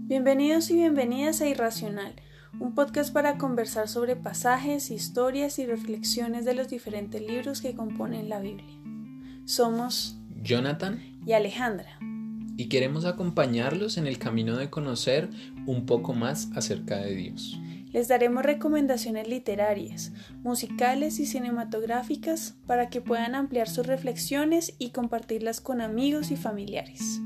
Bienvenidos y bienvenidas a Irracional, un podcast para conversar sobre pasajes, historias y reflexiones de los diferentes libros que componen la Biblia. Somos Jonathan y Alejandra y queremos acompañarlos en el camino de conocer un poco más acerca de Dios. Les daremos recomendaciones literarias, musicales y cinematográficas para que puedan ampliar sus reflexiones y compartirlas con amigos y familiares.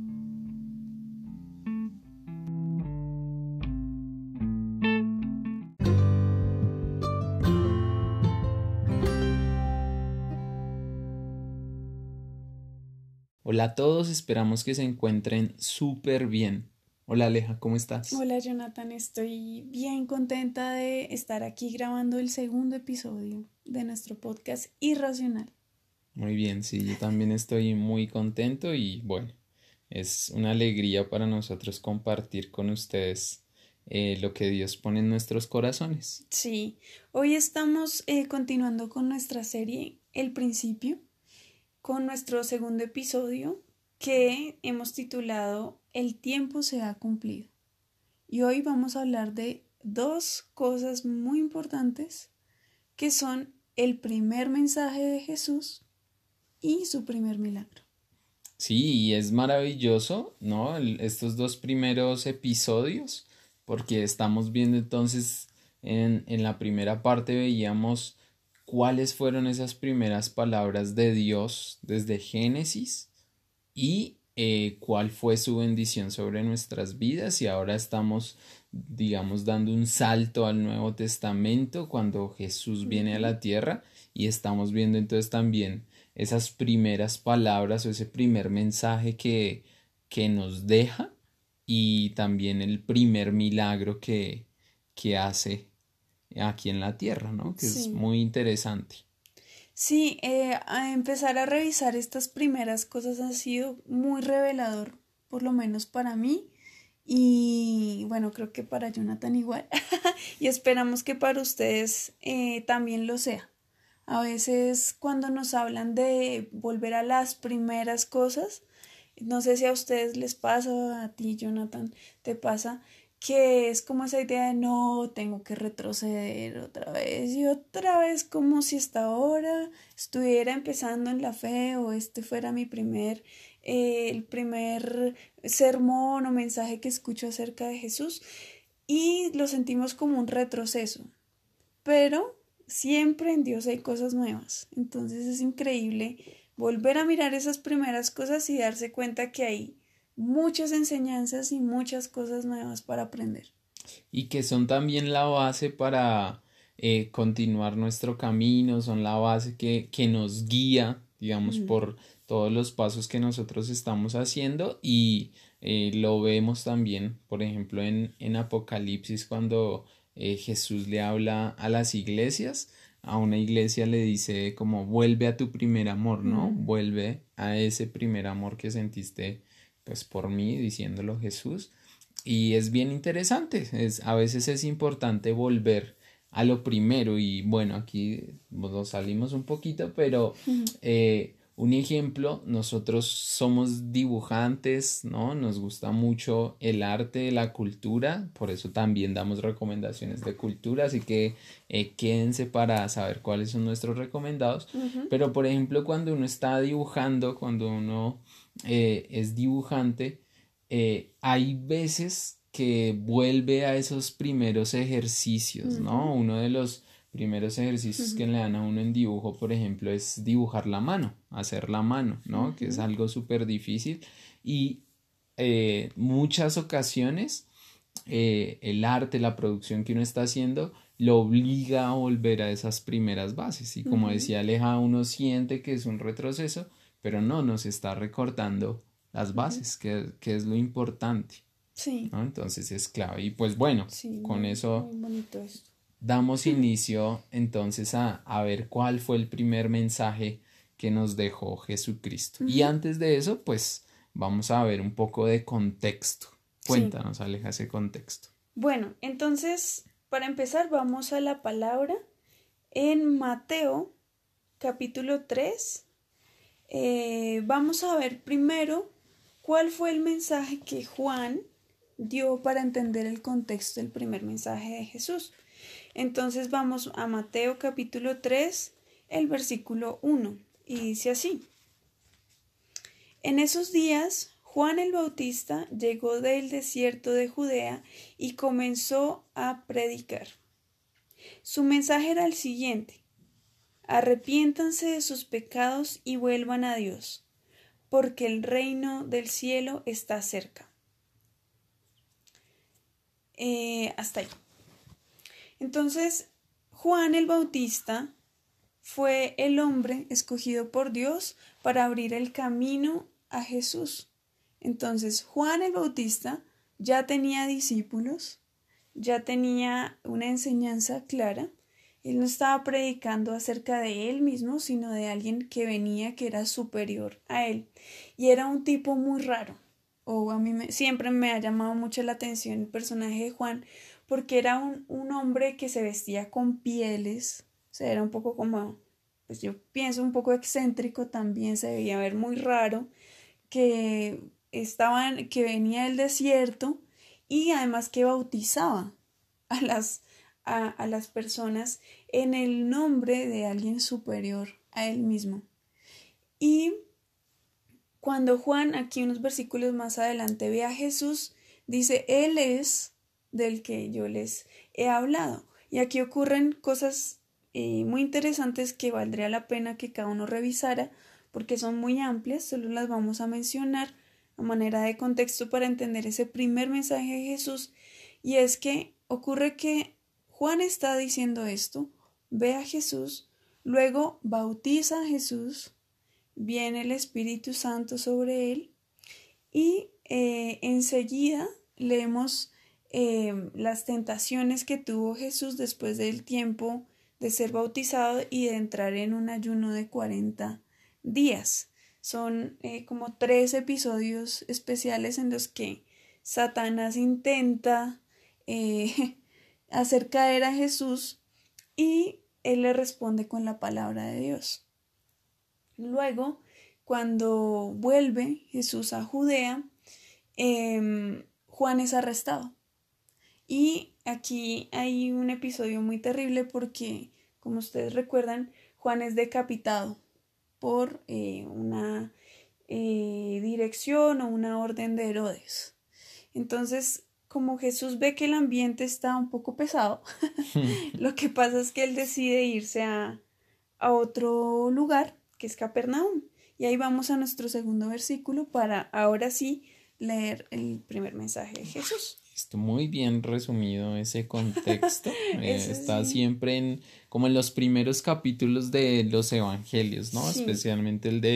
Hola a todos, esperamos que se encuentren súper bien. Hola Aleja, ¿cómo estás? Hola Jonathan, estoy bien contenta de estar aquí grabando el segundo episodio de nuestro podcast Irracional. Muy bien, sí, yo también estoy muy contento y bueno, es una alegría para nosotros compartir con ustedes lo que Dios pone en nuestros corazones. Sí, hoy estamos continuando con nuestra serie El Principio, con nuestro segundo episodio que hemos titulado El tiempo se ha cumplido. Y hoy vamos a hablar de dos cosas muy importantes que son el primer mensaje de Jesús y su primer milagro. Sí, y es maravilloso, ¿no? Estos dos primeros episodios, porque estamos viendo entonces en la primera parte veíamos cuáles fueron esas primeras palabras de Dios desde Génesis y cuál fue su bendición sobre nuestras vidas y ahora estamos, digamos, dando un salto al Nuevo Testamento cuando Jesús viene a la tierra y estamos viendo entonces también esas primeras palabras o ese primer mensaje que nos deja y también el primer milagro que hace aquí en la tierra, ¿no? Que es Sí. muy interesante. Sí, a empezar a revisar estas primeras cosas ha sido muy revelador, por lo menos para mí, y bueno, creo que para Jonathan igual, y esperamos que para ustedes también lo sea. A veces cuando nos hablan de volver a las primeras cosas, no sé si a ustedes les pasa, a ti Jonathan, te pasa, que es como esa idea de no, tengo que retroceder otra vez como si hasta ahora estuviera empezando en la fe o este fuera el primer sermón o mensaje que escucho acerca de Jesús y lo sentimos como un retroceso, pero siempre en Dios hay cosas nuevas, entonces es increíble volver a mirar esas primeras cosas y darse cuenta que hay muchas enseñanzas y muchas cosas nuevas para aprender. Y que son también la base para continuar nuestro camino, son la base que nos guía, digamos, por todos los pasos que nosotros estamos haciendo y lo vemos también, por ejemplo, en Apocalipsis cuando Jesús le habla a las iglesias. A una iglesia le dice como vuelve a tu primer amor, ¿no? Vuelve a ese primer amor que sentiste pues por mí, diciéndolo Jesús. Y es bien interesante, a veces es importante volver a lo primero y bueno, aquí nos salimos un poquito, pero un ejemplo, nosotros somos dibujantes, ¿no? Nos gusta mucho el arte, la cultura, por eso también damos recomendaciones de cultura, así que quédense para saber cuáles son nuestros recomendados, pero por ejemplo cuando uno está dibujando, cuando uno es dibujante, hay veces que vuelve a esos primeros ejercicios, ¿no? Uno de los primeros ejercicios que le dan a uno en dibujo, por ejemplo, es dibujar la mano, hacer la mano, ¿no? Que es algo súper difícil y muchas ocasiones el arte, la producción que uno está haciendo lo obliga a volver a esas primeras bases y como decía Aleja, uno siente que es un retroceso, pero no, nos está recortando las bases, que es lo importante, Sí, ¿no? Entonces es clave. Y pues bueno, sí, con muy, eso muy bonito esto. damos inicio entonces a ver cuál fue el primer mensaje que nos dejó Jesucristo. Y antes de eso, pues vamos a ver un poco de contexto. Sí. Cuéntanos, Aleja, ese contexto. Bueno, entonces, para empezar, vamos a la palabra en Mateo, capítulo 3. Vamos a ver primero cuál fue el mensaje que Juan dio para entender el contexto del primer mensaje de Jesús. Entonces vamos a Mateo capítulo 3, el versículo 1, y dice así: En esos días, Juan el Bautista llegó del desierto de Judea y comenzó a predicar. Su mensaje era el siguiente: arrepiéntanse de sus pecados y vuelvan a Dios, porque el reino del cielo está cerca. Hasta ahí. Entonces, Juan el Bautista fue el hombre escogido por Dios para abrir el camino a Jesús. Entonces, Juan el Bautista ya tenía discípulos, ya tenía una enseñanza clara. Él no estaba predicando acerca de él mismo, sino de alguien que venía, que era superior a él. Y era un tipo muy raro. Siempre me ha llamado mucho la atención el personaje de Juan, porque era un hombre que se vestía con pieles. O sea, era un poco como, pues yo pienso un poco excéntrico también, se veía ver muy raro, que venía del desierto y además que bautizaba a las personas en el nombre de alguien superior a él mismo. Y cuando Juan, aquí unos versículos más adelante, ve a Jesús, dice: Él es del que yo les he hablado. Y aquí ocurren cosas muy interesantes que valdría la pena que cada uno revisara, porque son muy amplias, solo las vamos a mencionar a manera de contexto para entender ese primer mensaje de Jesús. Y es que ocurre que Juan está diciendo esto, ve a Jesús, luego bautiza a Jesús, viene el Espíritu Santo sobre él y enseguida leemos las tentaciones que tuvo Jesús después del tiempo de ser bautizado y de entrar en un ayuno de 40 días. Son como 3 episodios especiales en los que Satanás intenta hacer caer a Jesús y él le responde con la palabra de Dios. Luego, cuando vuelve Jesús a Judea, Juan es arrestado. Y aquí hay un episodio muy terrible porque, como ustedes recuerdan, Juan es decapitado por una dirección o una orden de Herodes. Entonces, como Jesús ve que el ambiente está un poco pesado, lo que pasa es que él decide irse a otro lugar, que es Capernaum. Y ahí vamos a nuestro segundo versículo para ahora sí leer el primer mensaje de Jesús. Está muy bien resumido ese contexto. Está Sí. siempre como en los primeros capítulos de los evangelios, ¿no? Sí. Especialmente el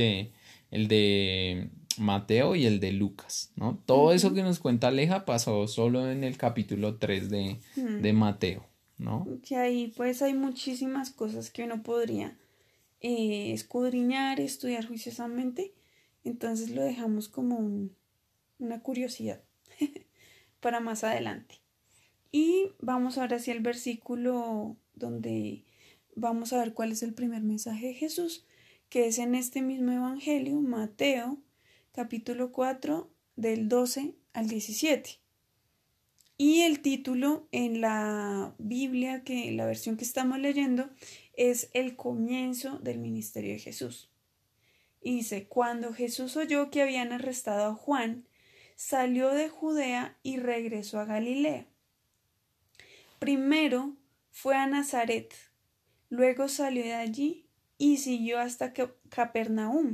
de Mateo y el de Lucas, ¿no? Todo eso que nos cuenta Aleja pasó solo en el capítulo 3 de Mateo, ¿no? Que ahí pues hay muchísimas cosas que uno podría escudriñar, estudiar juiciosamente. Entonces lo dejamos como una curiosidad para más adelante. Y vamos ahora hacia el versículo donde vamos a ver cuál es el primer mensaje de Jesús, que es en este mismo evangelio, Mateo, capítulo 4, del 12 al 17. Y el título en la Biblia, la versión que estamos leyendo, es el comienzo del ministerio de Jesús. Y dice: cuando Jesús oyó que habían arrestado a Juan, salió de Judea y regresó a Galilea. Primero fue a Nazaret, luego salió de allí y siguió hasta Capernaum,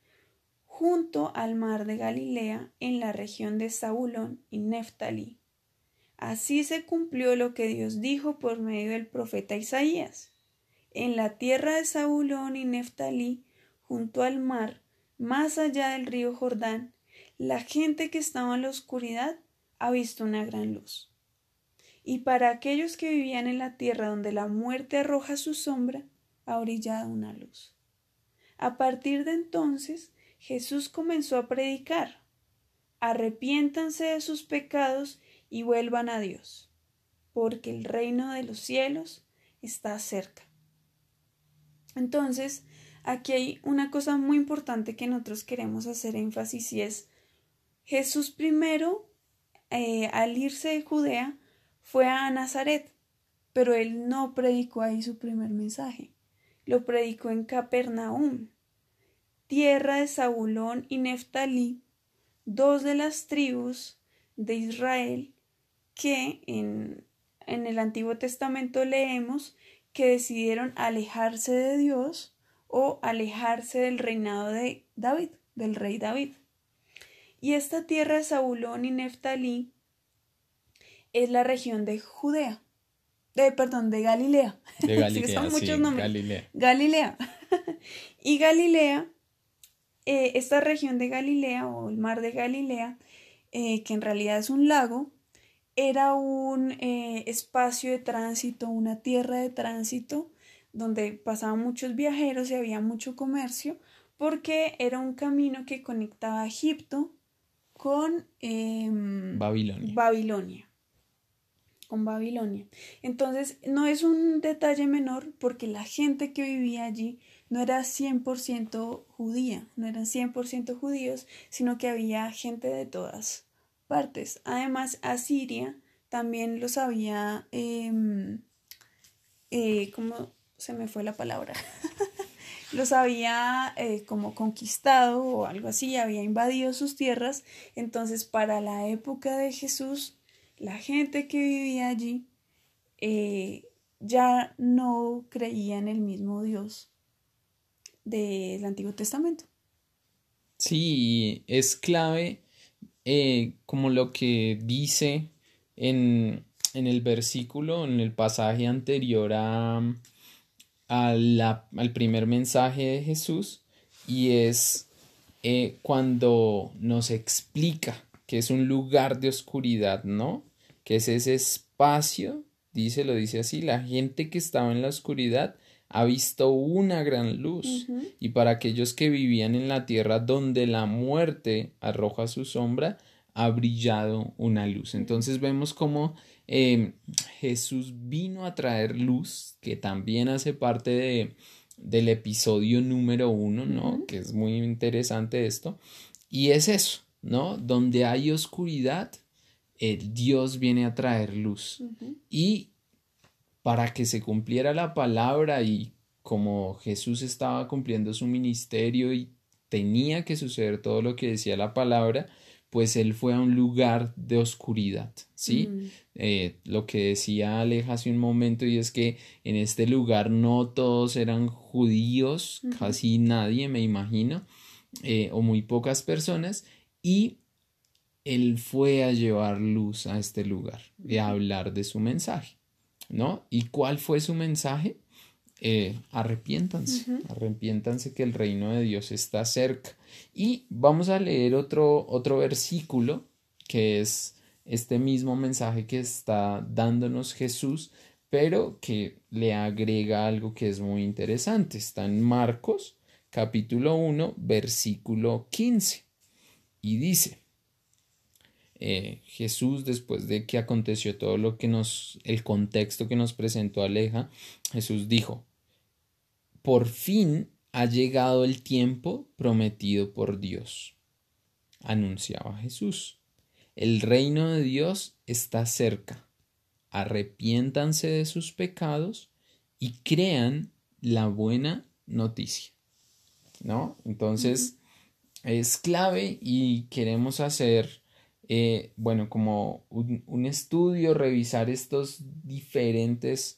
junto al mar de Galilea, en la región de Zabulón y Neftalí. Así se cumplió lo que Dios dijo por medio del profeta Isaías: en la tierra de Zabulón y Neftalí, junto al mar, más allá del río Jordán, la gente que estaba en la oscuridad ha visto una gran luz. Y para aquellos que vivían en la tierra donde la muerte arroja su sombra, ha brillado una luz. A partir de entonces, Jesús comenzó a predicar: arrepiéntanse de sus pecados y vuelvan a Dios, porque el reino de los cielos está cerca. Entonces, aquí hay una cosa muy importante que nosotros queremos hacer énfasis, y es: Jesús primero al irse de Judea fue a Nazaret, pero él no predicó ahí su primer mensaje. Lo predicó en Capernaum, tierra de Zabulón y Neftalí, dos de las tribus de Israel que en el Antiguo Testamento leemos que decidieron alejarse de Dios o alejarse del reinado de David, del rey David. Y esta tierra de Zabulón y Neftalí es la región de Judea, de Galilea. De Galilea, son muchos sí, nombres. Galilea. Galilea. Y Galilea, esta región de Galilea o el mar de Galilea, que en realidad es un lago, era un espacio de tránsito, una tierra de tránsito donde pasaban muchos viajeros y había mucho comercio, porque era un camino que conectaba Egipto con Babilonia. Con Babilonia. Entonces, no es un detalle menor porque la gente que vivía allí no era 100% judía, no eran 100% judíos, sino que había gente de todas partes. Además, Asiria también los había, ¿cómo se me fue la palabra? Los había como conquistado o algo así, había invadido sus tierras. Entonces, para la época de Jesús, la gente que vivía allí ya no creía en el mismo Dios del Antiguo Testamento. Sí, es clave como lo que dice en el versículo, en el pasaje anterior al primer mensaje de Jesús, y es cuando nos explica que es un lugar de oscuridad, ¿no? Que es ese espacio, lo dice así, la gente que estaba en la oscuridad ha visto una gran luz. Uh-huh. Y para aquellos que vivían en la tierra donde la muerte arroja su sombra, ha brillado una luz. Entonces vemos cómo Jesús vino a traer luz, que también hace parte del episodio número 1, ¿no? Uh-huh. Que es muy interesante esto. Y es eso, ¿no? Donde hay oscuridad, Dios viene a traer luz. Uh-huh. Y para que se cumpliera la palabra, y como Jesús estaba cumpliendo su ministerio y tenía que suceder todo lo que decía la palabra, pues él fue a un lugar de oscuridad, ¿sí? Lo que decía Aleja hace un momento, y es que en este lugar no todos eran judíos, Uh-huh. casi nadie, me imagino, o muy pocas personas, y él fue a llevar luz a este lugar y a hablar de su mensaje, ¿no? ¿Y cuál fue su mensaje? Arrepiéntanse, Uh-huh. arrepiéntanse que el reino de Dios está cerca. Y vamos a leer otro versículo, que es este mismo mensaje que está dándonos Jesús, pero que le agrega algo que es muy interesante. Está en Marcos, capítulo 1, versículo 15. Y dice, Jesús, después de que aconteció todo lo que el contexto que nos presentó Aleja, Jesús dijo: por fin ha llegado el tiempo prometido por Dios, anunciaba Jesús. El reino de Dios está cerca. Arrepiéntanse de sus pecados y crean la buena noticia, ¿no? Entonces, es clave, y queremos hacer como un estudio, revisar estas diferentes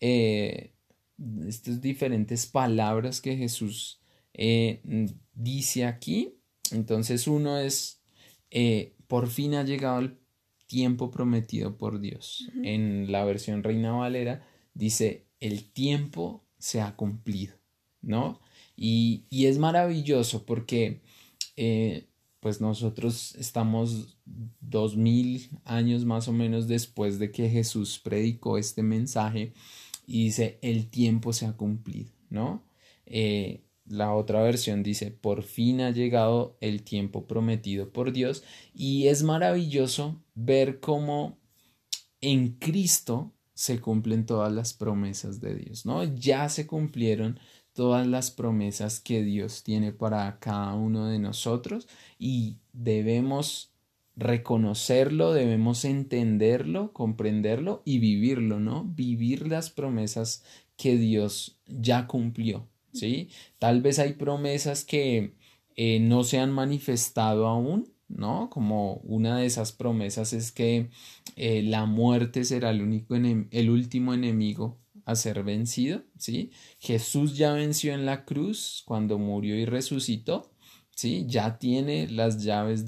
palabras que Jesús dice aquí. Entonces, uno es, por fin ha llegado el tiempo prometido por Dios. Uh-huh. En la versión Reina Valera dice, el tiempo se ha cumplido, ¿no? Y es maravilloso porque pues nosotros estamos 2000 años más o menos después de que Jesús predicó este mensaje, y dice, el tiempo se ha cumplido, ¿no? La otra versión dice, por fin ha llegado el tiempo prometido por Dios. Y es maravilloso ver cómo en Cristo se cumplen todas las promesas de Dios, ¿no? Ya se cumplieron todas las promesas que Dios tiene para cada uno de nosotros, y debemos reconocerlo, debemos entenderlo, comprenderlo y vivirlo, ¿no? Vivir las promesas que Dios ya cumplió, ¿sí? Tal vez hay promesas que no se han manifestado aún, ¿no? Como una de esas promesas es que la muerte será el último enemigo a ser vencido, ¿sí? Jesús ya venció en la cruz cuando murió y resucitó, ¿sí? Ya tiene las llaves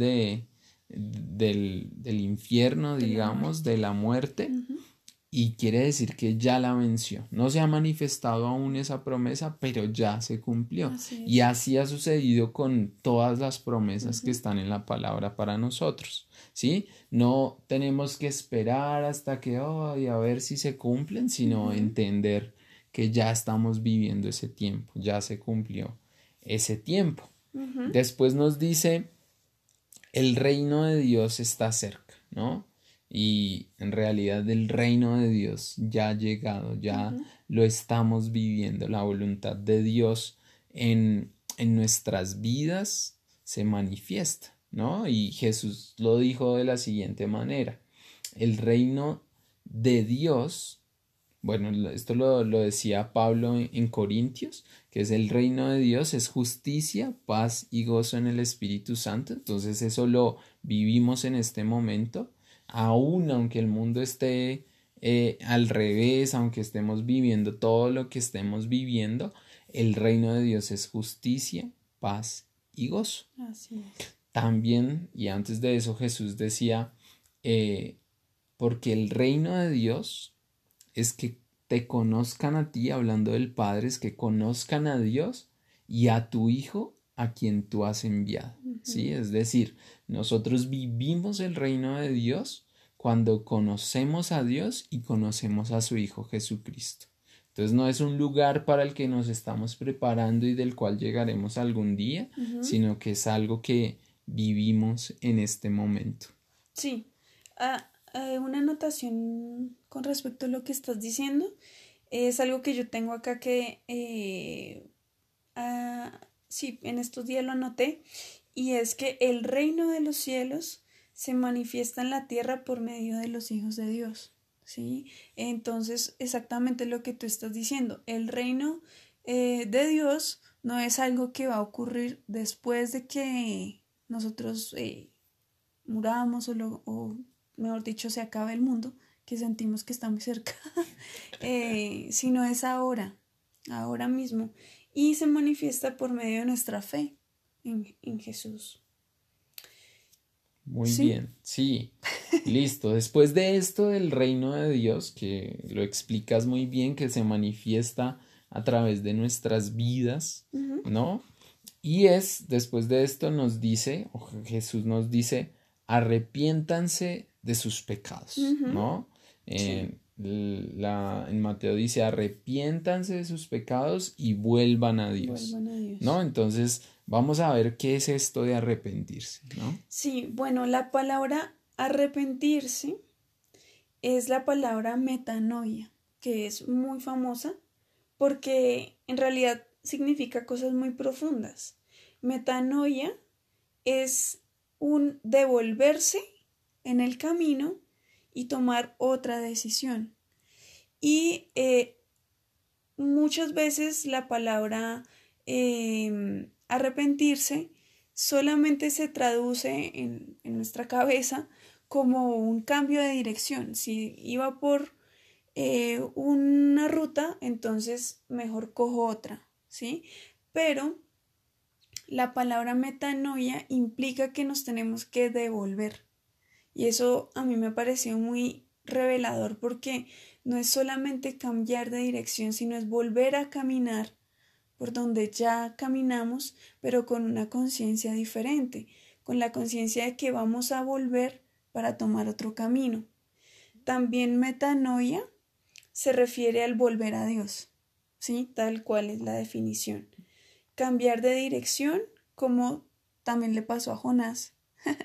del infierno, De la digamos, muerte. de la muerte, Ujú. y quiere decir que ya la venció. No se ha manifestado aún esa promesa, pero ya se cumplió. Así Y es. así ha sucedido con todas las promesas que Ujú. están en la palabra para nosotros, ¿sí? No tenemos que esperar hasta que, ay, a ver si se cumplen, sino Ujú. entender que ya estamos viviendo ese tiempo, ya se cumplió ese tiempo. Ujú. Después nos dice el reino de Dios está cerca, ¿no? Y en realidad el reino de Dios ya ha llegado, ya Ujú. lo estamos viviendo. La voluntad de Dios en nuestras vidas se manifiesta, ¿no? Y Jesús lo dijo de la siguiente manera: el reino de Dios, bueno, esto lo decía Pablo en Corintios, que es el reino de Dios, es justicia, paz y gozo en el Espíritu Santo. Entonces eso lo vivimos en este momento, aun aunque el mundo esté al revés, aunque estemos viviendo todo lo que estemos viviendo, el reino de Dios es justicia, paz y gozo. Así es. También, y antes de eso, Jesús decía, eh, porque el reino de Dios es que te conozcan a ti, hablando del Padre, es que conozcan a Dios y a tu Hijo a quien tú has enviado, ¿sí? Ujú. Es decir, nosotros vivimos el reino de Dios cuando conocemos a Dios y conocemos a su Hijo Jesucristo. Entonces no es un lugar para el que nos estamos preparando y del cual llegaremos algún día, Ujú. sino que es algo que vivimos en este momento. Sí. Una anotación con respecto a lo que estás diciendo es algo que yo tengo acá que sí, en estos días lo anoté, y es que el reino de los cielos se manifiesta en la tierra por medio de los hijos de Dios, ¿sí? Entonces, exactamente lo que tú estás diciendo, el reino de Dios no es algo que va a ocurrir después de que nosotros muramos o, mejor dicho, se acabe el mundo, que sentimos que está muy cerca, sino es ahora, ahora mismo, y se manifiesta por medio de nuestra fe en Jesús. Muy ¿Sí? bien, sí, listo. Después de esto del reino de Dios, que lo explicas muy bien, que se manifiesta a través de nuestras vidas, Ujú. ¿no? Y después de esto nos dice, o Jesús nos dice, arrepiéntanse de sus pecados, Ujú. ¿no? Sí, En Mateo dice, arrepiéntanse de sus pecados y vuelvan a Dios, vuelvan a ¿no? Dios. Entonces, vamos a ver qué es esto de arrepentirse, ¿no? Sí, bueno, la palabra arrepentirse es la palabra metanoia, que es muy famosa porque en realidad significa cosas muy profundas. Metanoia es un devolverse en el camino y tomar otra decisión. Y muchas veces la palabra arrepentirse solamente se traduce en nuestra cabeza como un cambio de dirección. Si iba por una ruta, entonces mejor cojo otra, ¿sí? Pero la palabra metanoia implica que nos tenemos que devolver. Y eso a mí me pareció muy revelador porque no es solamente cambiar de dirección, sino es volver a caminar por donde ya caminamos, pero con una conciencia diferente, con la conciencia de que vamos a volver para tomar otro camino. También metanoia se refiere al volver a Dios, ¿sí? Tal cual es la definición. Cambiar de dirección, como también le pasó a Jonás,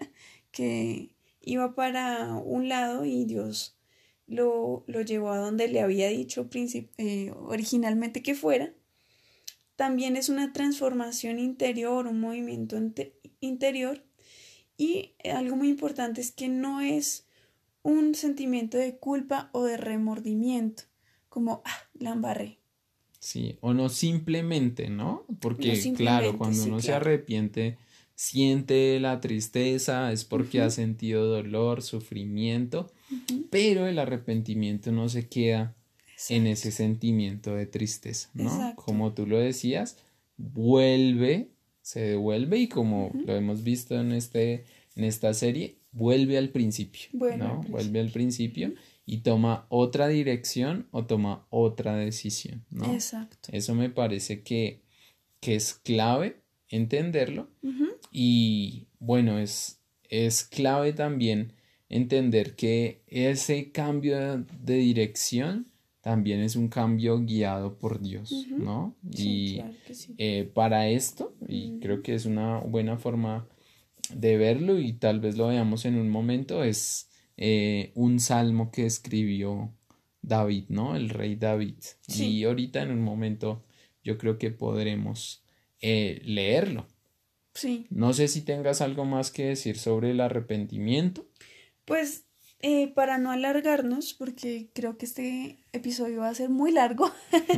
que iba para un lado y Dios lo llevó a donde le había dicho originalmente que fuera. También es una transformación interior, un movimiento interior, Y algo muy importante es que no es un sentimiento de culpa o de remordimiento, como, la embarré. Sí, o no simplemente, ¿no? No Porque claro, simplemente, cuando sí, uno se claro. arrepiente, siente la tristeza, es porque ha Ujú, sentido dolor, sufrimiento, ujú. pero el arrepentimiento no se queda en Exacto, ese sentimiento de tristeza, ¿no? exacto. Como tú lo decías, vuelve, se devuelve y como Ujú. lo hemos visto en esta serie, vuelve al principio, Vuelve al ¿no? Vuelve al principio. principio Ujú. y toma otra dirección o toma otra decisión, ¿no? Exacto. Eso me parece que es clave entenderlo Ujú, y bueno, es clave también entender que ese cambio de dirección también es un cambio guiado por Dios, ujú. ¿no? Sí, Y claro que sí. para esto, y creo Ujú. que es una buena forma de verlo y tal vez lo veamos en un momento, es un salmo que escribió David, ¿no? El rey David. Sí, Y ahorita en un momento yo creo que podremos leerlo. sí. No sé si tengas algo más que decir sobre el arrepentimiento. Pues para no alargarnos, porque creo que este episodio va a ser muy largo,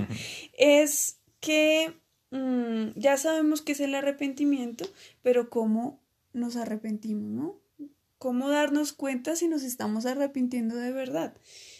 es que ya sabemos qué es el arrepentimiento, pero cómo nos arrepentimos, ¿no? Cómo darnos cuenta si nos estamos arrepintiendo de verdad.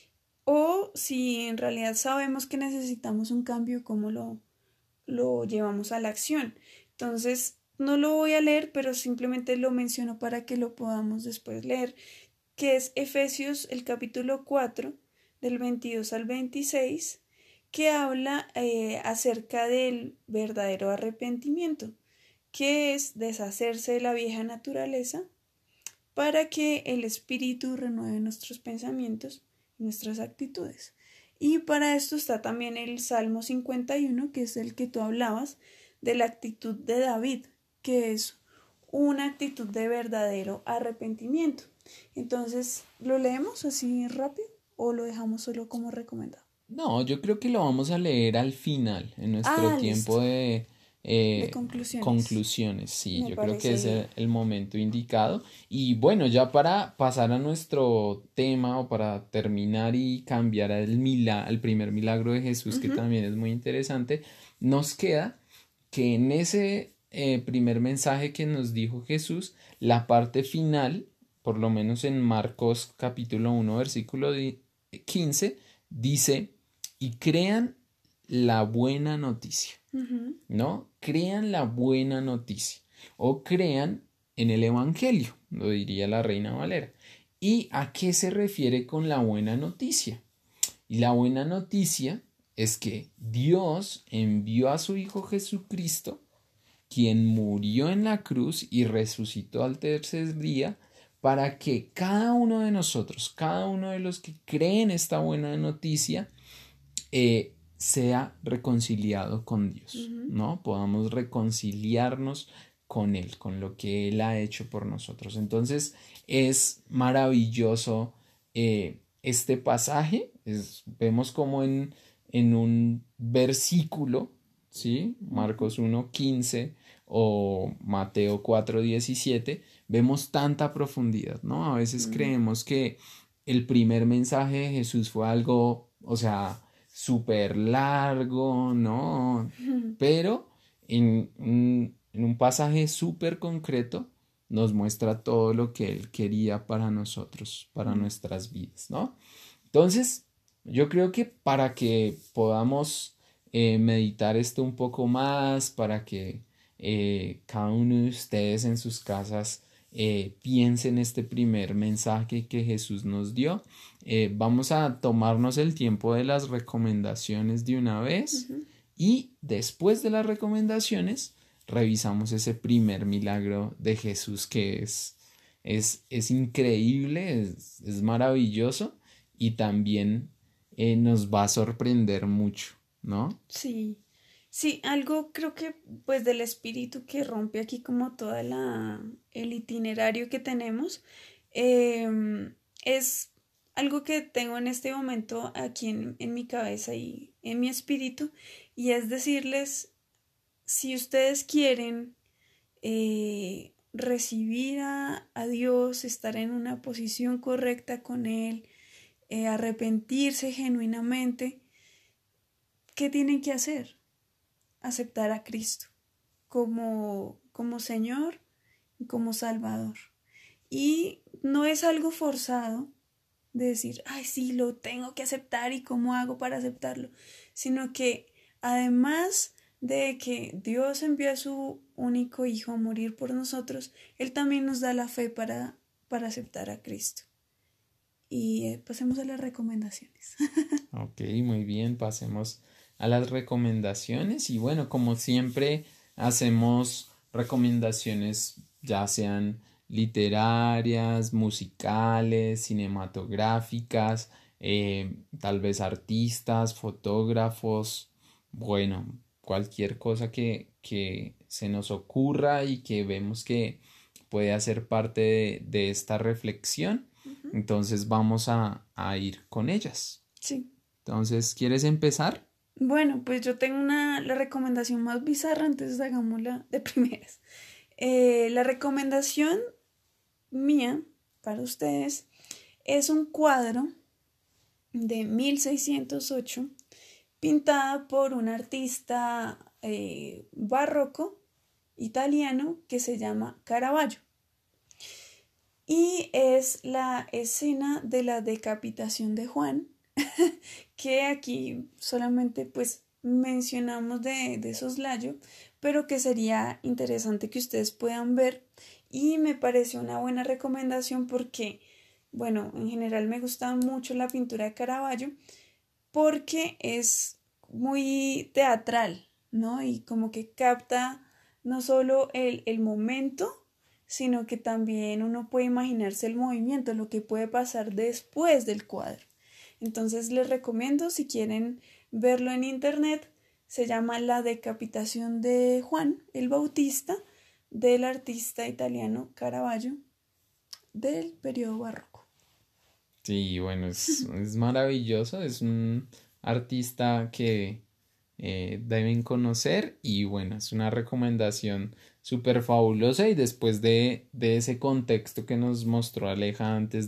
O si en realidad sabemos que necesitamos un cambio, cómo lo llevamos a la acción. Entonces, no lo voy a leer, pero simplemente lo menciono para que lo podamos después leer, que es Efesios el capítulo 4 del 22 al 26, que habla acerca del verdadero arrepentimiento, que es deshacerse de la vieja naturaleza para que el Espíritu renueve nuestros pensamientos y nuestras actitudes. Y para esto está también el Salmo 51, que es el que tú hablabas, de la actitud de David, que es una actitud de verdadero arrepentimiento. Entonces, ¿lo leemos así rápido o lo dejamos solo como recomendado? No, yo creo que lo vamos a leer al final, en nuestro Ah, listo. tiempo de De conclusiones. conclusiones. Sí, Me yo creo que parece es bien. el momento indicado. Y bueno, ya para pasar a nuestro tema o para terminar y cambiar al primer milagro de Jesús, que Ujú, también es muy interesante, nos queda que en ese primer mensaje que nos dijo Jesús, la parte final, por lo menos en Marcos capítulo 1 versículo 15, dice y crean la buena noticia, ujú, ¿no? Crean la buena noticia o crean en el Evangelio, lo diría la Reina Valera. ¿Y a qué se refiere con la buena noticia? Y la buena noticia es que Dios envió a su Hijo Jesucristo, quien murió en la cruz y resucitó al tercer día, para que cada uno de nosotros, cada uno de los que creen esta buena noticia, sea reconciliado con Dios, ujú. ¿no? Podamos reconciliarnos con Él, con lo que Él ha hecho por nosotros. Entonces es maravilloso este pasaje. Vemos como en un versículo, ¿sí? Ujú, Marcos 1:15 o Mateo 4:17, vemos tanta profundidad, ¿no? A veces ujú, creemos que el primer mensaje de Jesús fue algo, o sea, súper largo, ¿no? ujú. Pero en un pasaje súper concreto nos muestra todo lo que Él quería para nosotros, para Mm, nuestras vidas, ¿no? Entonces, yo creo que para que podamos meditar esto un poco más, para que cada uno de ustedes en sus casas piensen este primer mensaje que Jesús nos dio, vamos a tomarnos el tiempo de las recomendaciones de una vez ujú. y después de las recomendaciones revisamos ese primer milagro de Jesús que es increíble, es maravilloso y también nos va a sorprender mucho, ¿no? Sí, sí, algo creo que pues del espíritu que rompe aquí como toda el itinerario que tenemos, es algo que tengo en este momento aquí en mi cabeza y en mi espíritu, y es decirles, si ustedes quieren recibir a Dios, estar en una posición correcta con Él, arrepentirse genuinamente, ¿qué tienen que hacer? Aceptar a Cristo como Señor y como Salvador. Y no es algo forzado de decir, ay, sí, lo tengo que aceptar y cómo hago para aceptarlo, sino que además de que Dios envió a su único Hijo a morir por nosotros, Él también nos da la fe para aceptar a Cristo. Y pasemos a las recomendaciones. Ok, muy bien, pasemos a las recomendaciones y bueno, como siempre hacemos recomendaciones ya sean literarias, musicales, cinematográficas, tal vez artistas, fotógrafos, bueno, cualquier cosa que se nos ocurra y que vemos que puede hacer parte de esta reflexión. Entonces vamos a ir con ellas. Sí. Entonces, ¿quieres empezar? Bueno, pues yo tengo la recomendación más bizarra, entonces hagámosla de primeras. La recomendación mía para ustedes es un cuadro de 1608 pintada por un artista barroco italiano que se llama Caravaggio. Y es la escena de la decapitación de Juan, que aquí solamente pues mencionamos de soslayo, pero que sería interesante que ustedes puedan ver y me pareció una buena recomendación porque, bueno, en general me gusta mucho la pintura de Caravaggio porque es muy teatral, ¿no? Y como que capta no solo el momento, sino que también uno puede imaginarse el movimiento, lo que puede pasar después del cuadro. Entonces les recomiendo, si quieren verlo en internet, se llama La decapitación de Juan el Bautista, del artista italiano Caravaggio, del periodo barroco. Sí, bueno, es maravilloso, es un artista que deben conocer y bueno, es una recomendación súper fabulosa y después de ese contexto que nos mostró Aleja antes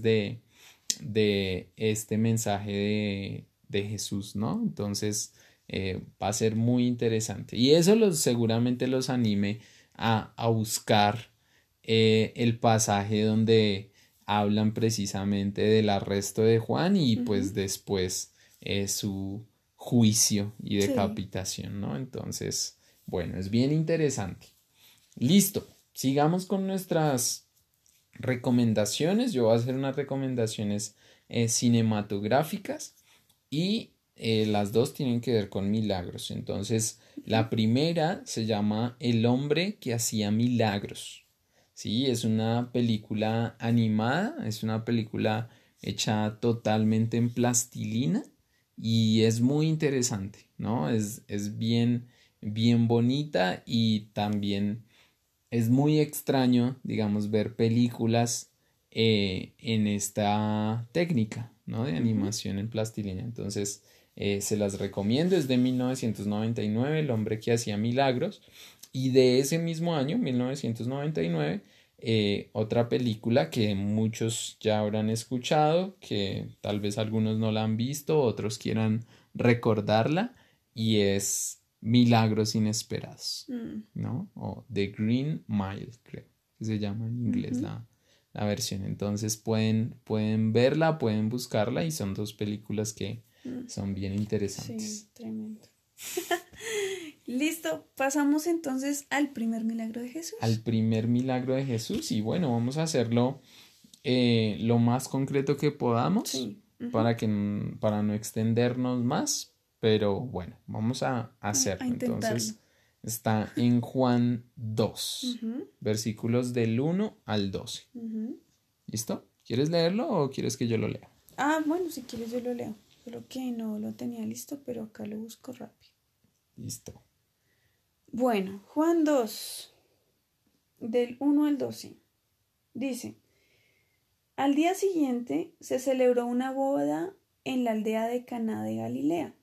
de este mensaje de Jesús, ¿no? Entonces va a ser muy interesante y eso seguramente los anime a buscar el pasaje donde hablan precisamente del arresto de Juan y pues después su juicio y Sí. decapitación, ¿no? Entonces, bueno, es bien interesante. Listo, sigamos con nuestras recomendaciones. Yo voy a hacer unas recomendaciones cinematográficas y las dos tienen que ver con milagros. Entonces, la primera se llama El hombre que hacía milagros. Sí, es una película animada, es una película hecha totalmente en plastilina y es muy interesante, ¿no? Es bien, bien bonita y también es muy extraño, digamos, ver películas en esta técnica, ¿no? De Ujú. animación en plastilina. Entonces, se las recomiendo. Es de 1999, El hombre que hacía milagros. Y de ese mismo año, 1999, otra película que muchos ya habrán escuchado, que tal vez algunos no la han visto, otros quieran recordarla, y es Milagros Inesperados. Mm, ¿No? O The Green Mile, creo que se llama en inglés ujú. la versión. Entonces pueden verla, pueden buscarla y son dos películas que Mm. son bien Sí, interesantes. tremendo. Listo, pasamos entonces al primer milagro de Al Jesús. primer milagro de Jesús y bueno, vamos a hacerlo lo más concreto que podamos Sí, ujú. para no extendernos más, pero bueno, vamos a A hacerlo. intentarlo. Entonces está en Juan 2 Ujú, versículos del 1 al 12. ujú. ¿Listo? ¿Quieres leerlo o quieres que yo lo lea? Bueno, si quieres yo lo leo. Solo que no lo tenía listo, pero acá lo busco rápido. Listo. Bueno, Juan 2 del 1 al 12. Dice, al día siguiente se celebró una boda en la aldea de Caná de Galilea.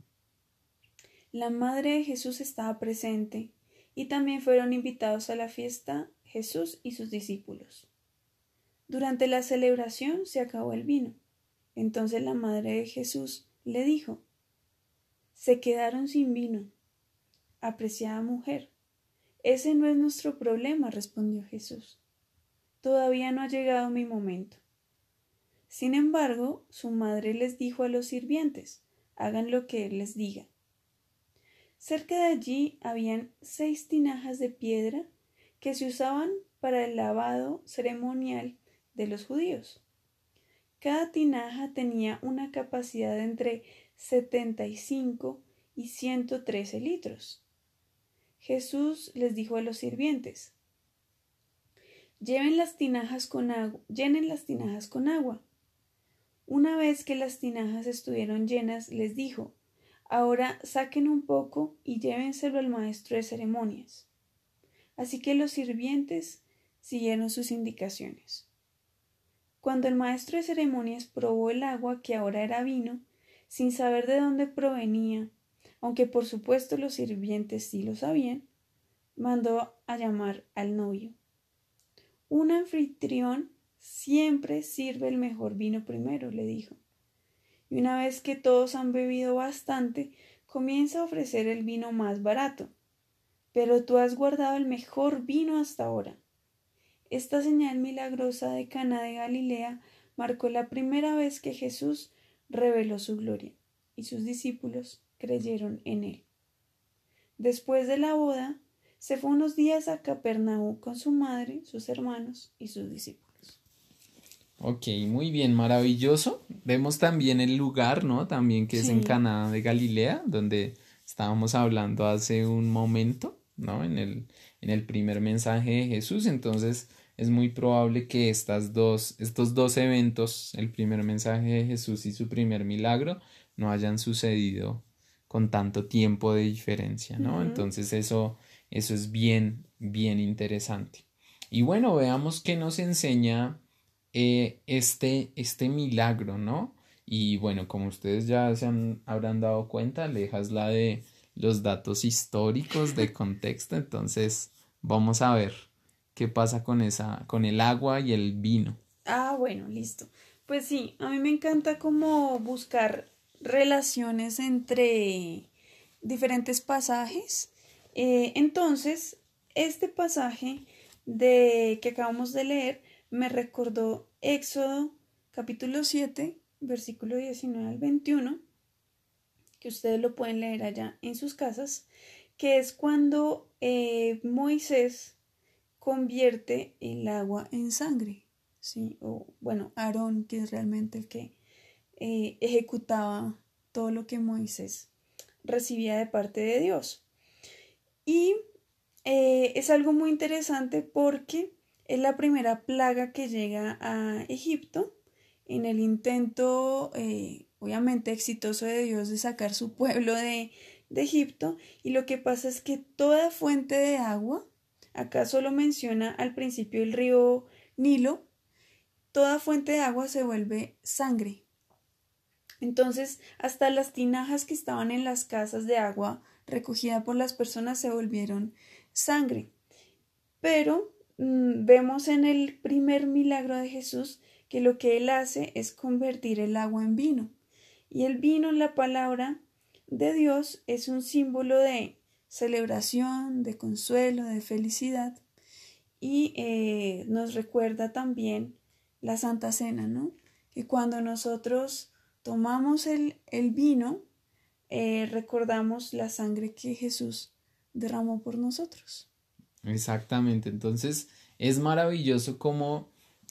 La madre de Jesús estaba presente y también fueron invitados a la fiesta Jesús y sus discípulos. Durante la celebración se acabó el vino. Entonces la madre de Jesús le dijo: se quedaron sin vino. Apreciada mujer, ese no es nuestro problema, respondió Jesús. Todavía no ha llegado mi momento. Sin embargo, su madre les dijo a los sirvientes: hagan lo que él les diga. Cerca de allí habían 6 tinajas de piedra que se usaban para el lavado ceremonial de los judíos. Cada tinaja tenía una capacidad de entre 75 y 113 litros. Jesús les dijo a los sirvientes: llenen las tinajas con agua. Una vez que las tinajas estuvieron llenas, les dijo: ahora saquen un poco y llévenselo al maestro de ceremonias. Así que los sirvientes siguieron sus indicaciones. Cuando el maestro de ceremonias probó el agua, que ahora era vino, sin saber de dónde provenía, aunque por supuesto los sirvientes sí lo sabían, mandó a llamar al novio. Un anfitrión siempre sirve el mejor vino primero, le dijo. Y una vez que todos han bebido bastante, comienza a ofrecer el vino más barato. Pero tú has guardado el mejor vino hasta ahora. Esta señal milagrosa de Caná de Galilea marcó la primera vez que Jesús reveló su gloria, y sus discípulos creyeron en él. Después de la boda, se fue unos días a Capernaum con su madre, sus hermanos y sus discípulos. Ok, muy bien, maravilloso. Vemos también el lugar, ¿no? También que es en Caná de Galilea, donde estábamos hablando hace un momento, ¿no? En el primer mensaje de Jesús. Entonces es muy probable que estos dos eventos, el primer mensaje de Jesús y su primer milagro, no hayan sucedido con tanto tiempo de diferencia, ¿no? Entonces eso es bien, bien interesante. Y bueno, veamos qué nos enseña este milagro, ¿no? Y bueno, como ustedes ya habrán dado cuenta, Aleja es la de los datos históricos de contexto. Entonces vamos a ver qué pasa con el agua y el vino. Bueno, listo. Pues sí, a mí me encanta como buscar relaciones entre diferentes pasajes. Entonces, este pasaje que acabamos de leer me recordó Éxodo capítulo 7, versículo 19 al 21, que ustedes lo pueden leer allá en sus casas, que es cuando Moisés convierte el agua en sangre, ¿sí? O bueno, Aarón, que es realmente el que ejecutaba todo lo que Moisés recibía de parte de Dios. Y es algo muy interesante porque es la primera plaga que llega a Egipto en el intento, obviamente exitoso de Dios, de sacar su pueblo de Egipto. Y lo que pasa es que toda fuente de agua, acá solo menciona al principio el río Nilo, toda fuente de agua se vuelve sangre. Entonces, hasta las tinajas que estaban en las casas de agua recogida por las personas se volvieron sangre. Pero vemos en el primer milagro de Jesús que lo que él hace es convertir el agua en vino. Y el vino, en la palabra de Dios, es un símbolo de celebración, de consuelo, de felicidad. Y nos recuerda también la Santa Cena, ¿no? Que cuando nosotros tomamos el vino, recordamos la sangre que Jesús derramó por nosotros. Exactamente, entonces es maravilloso como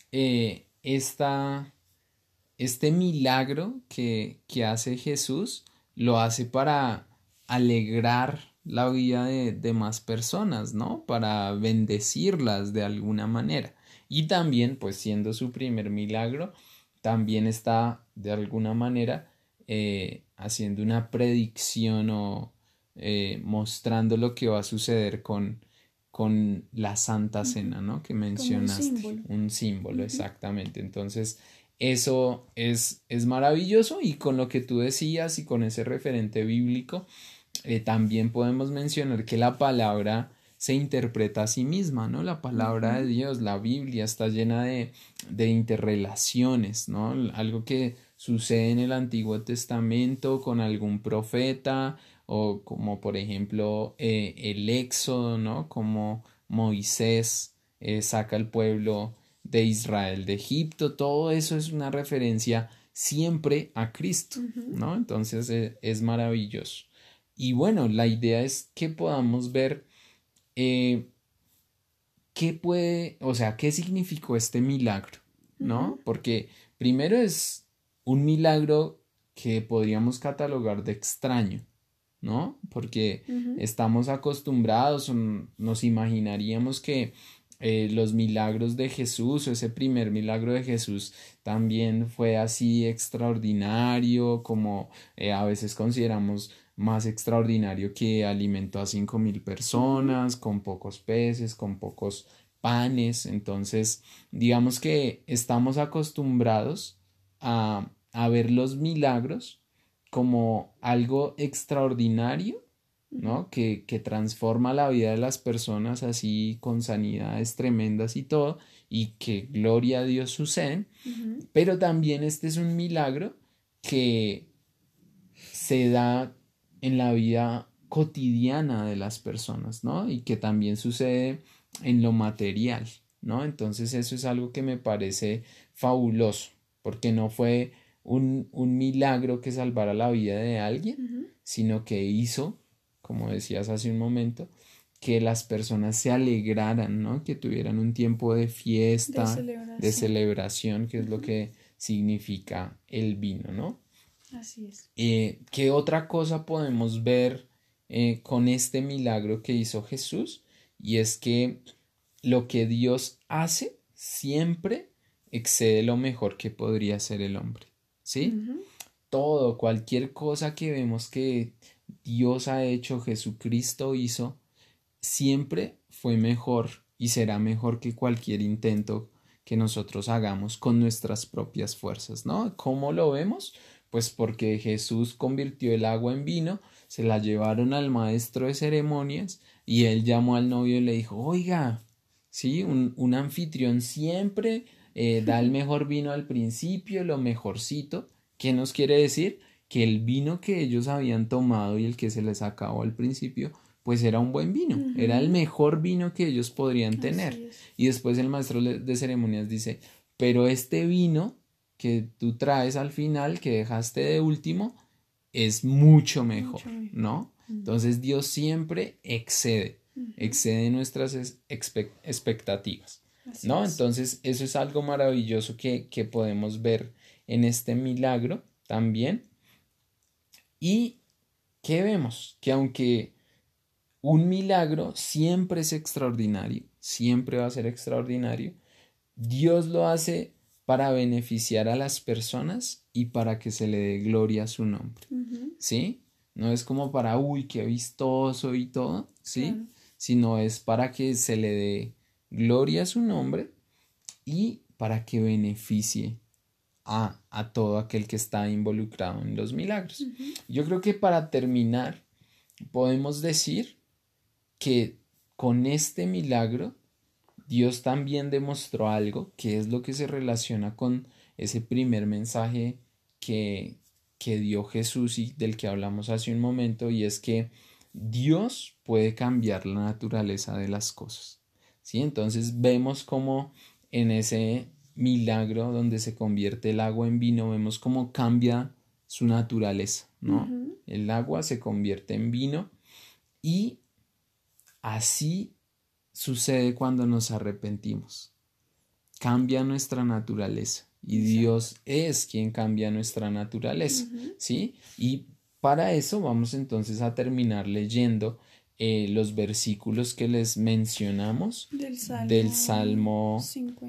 este milagro que hace Jesús lo hace para alegrar la vida de más personas, ¿no? Para bendecirlas de alguna manera. Y también, pues siendo su primer milagro, también está de alguna manera haciendo una predicción o mostrando lo que va a suceder con la Santa Cena, ¿no? Que mencionaste. Como un símbolo, exactamente. Entonces, eso es maravilloso, y con lo que tú decías y con ese referente bíblico, también podemos mencionar que la palabra se interpreta a sí misma, ¿no? La palabra de Dios, la Biblia está llena de interrelaciones, ¿no? Algo que sucede en el Antiguo Testamento con algún profeta o como por ejemplo el Éxodo, ¿no? Como Moisés saca al pueblo de Israel de Egipto, todo eso es una referencia siempre a Cristo, ¿no? Entonces es maravilloso. Y bueno, la idea es que podamos ver eh, qué puede, o sea, qué significó este milagro, ¿no? Porque primero es un milagro que podríamos catalogar de extraño, ¿no? Porque estamos acostumbrados, nos imaginaríamos que los milagros de Jesús o ese primer milagro de Jesús también fue así extraordinario, como a veces consideramos más extraordinario que alimentó a 5.000 personas con pocos peces, con pocos panes. Entonces, digamos que estamos acostumbrados a ver los milagros como algo extraordinario, ¿no? Que transforma la vida de las personas así con sanidades tremendas y todo, y que gloria a Dios suceden, pero también este es un milagro que se da en la vida cotidiana de las personas, ¿no? Y que también sucede en lo material, ¿no? Entonces eso es algo que me parece fabuloso, porque no fue un milagro que salvara la vida de alguien, sino que hizo, como decías hace un momento, que las personas se alegraran, ¿no? Que tuvieran un tiempo de fiesta, de celebración, que es lo que significa el vino, ¿no? Así es. ¿Qué otra cosa podemos ver con este milagro que hizo Jesús? Y es que lo que Dios hace siempre excede lo mejor que podría hacer el hombre, ¿sí? Todo, cualquier cosa que vemos que Dios ha hecho, Jesucristo hizo, siempre fue mejor y será mejor que cualquier intento que nosotros hagamos con nuestras propias fuerzas, ¿no? ¿Cómo lo vemos? Pues porque Jesús convirtió el agua en vino, se la llevaron al maestro de ceremonias y él llamó al novio y le dijo, oiga, sí, un anfitrión siempre da el mejor vino al principio, lo mejorcito. ¿Qué nos quiere decir? Que el vino que ellos habían tomado y el que se les acabó al principio pues era un buen vino, era el mejor vino que ellos podrían tener. Y después el maestro de ceremonias dice, pero este vino que tú traes al final, que dejaste de último, es mucho mejor, ¿no? Entonces Dios siempre excede nuestras expectativas, ¿no? Entonces eso es algo maravilloso que podemos ver en este milagro también. ¿Y qué vemos? Que aunque un milagro siempre es extraordinario, siempre va a ser extraordinario. Dios lo hace para beneficiar a las personas y para que se le dé gloria a su nombre, ¿sí? No es como para, uy, qué vistoso y todo, ¿sí? Claro. Sino es para que se le dé gloria a su nombre y para que beneficie a todo aquel que está involucrado en los milagros. Yo creo que para terminar, podemos decir que con este milagro Dios también demostró algo que es lo que se relaciona con ese primer mensaje que dio Jesús y del que hablamos hace un momento, y es que Dios puede cambiar la naturaleza de las cosas, ¿sí? Entonces vemos cómo en ese milagro donde se convierte el agua en vino, vemos cómo cambia su naturaleza, ¿no? El agua se convierte en vino y así sucede cuando nos arrepentimos. Cambia nuestra naturaleza y Dios es quien cambia nuestra naturaleza, ¿sí? Y para eso vamos entonces a terminar leyendo los versículos que les mencionamos del Salmo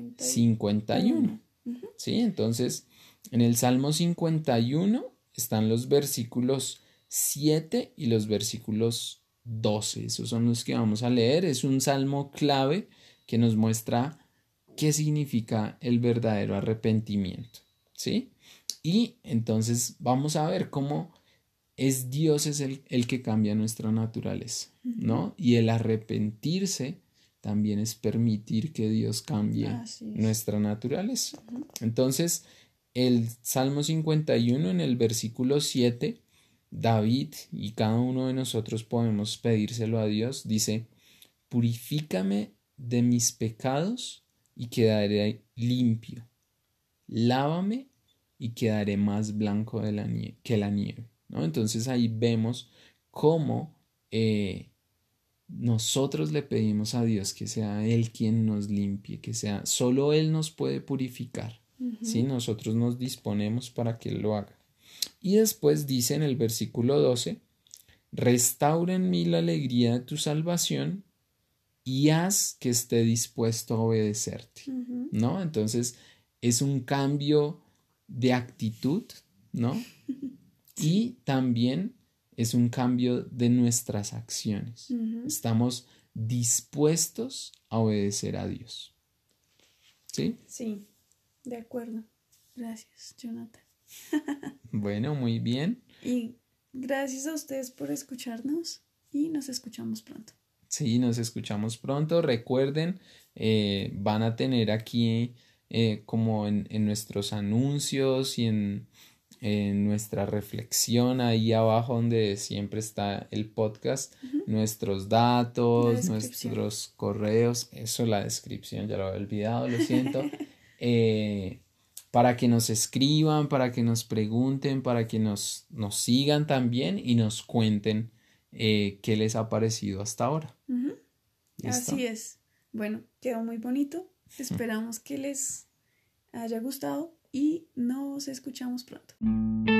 51. ¿Sí? Entonces, en el Salmo 51 están los versículos 7 y los versículos 12. Esos son los que vamos a leer. Es un salmo clave que nos muestra qué significa el verdadero arrepentimiento, ¿sí? Y entonces vamos a ver cómo es Dios el que cambia nuestra naturaleza, ¿no? Y el arrepentirse también es permitir que Dios cambie nuestra naturaleza. Entonces, el Salmo 51 en el versículo 7, David y cada uno de nosotros podemos pedírselo a Dios, dice: purifícame de mis pecados y quedaré limpio. Lávame y quedaré más blanco que la nieve, ¿no? Entonces ahí vemos cómo nosotros le pedimos a Dios que sea Él quien nos limpie, que sea solo Él nos puede purificar, ¿sí? Nosotros nos disponemos para que Él lo haga. Y después dice en el versículo 12: restaura en mí la alegría de tu salvación y haz que esté dispuesto a obedecerte, ¿no? Entonces es un cambio de actitud, ¿no? Y también es un cambio de nuestras acciones. Estamos dispuestos a obedecer a Dios. ¿Sí? Sí, de acuerdo. Gracias, Jonathan. Bueno, muy bien. Y gracias a ustedes por escucharnos y nos escuchamos pronto. Sí, nos escuchamos pronto. Recuerden, van a tener aquí como en nuestros anuncios y en nuestra reflexión ahí abajo donde siempre está el podcast, nuestros datos, nuestros correos, eso, la descripción, ya lo había olvidado, lo siento, para que nos escriban, para que nos pregunten, para que nos sigan también y nos cuenten qué les ha parecido hasta ahora. Así es. Bueno, quedó muy bonito. Esperamos que les haya gustado y nos escuchamos pronto.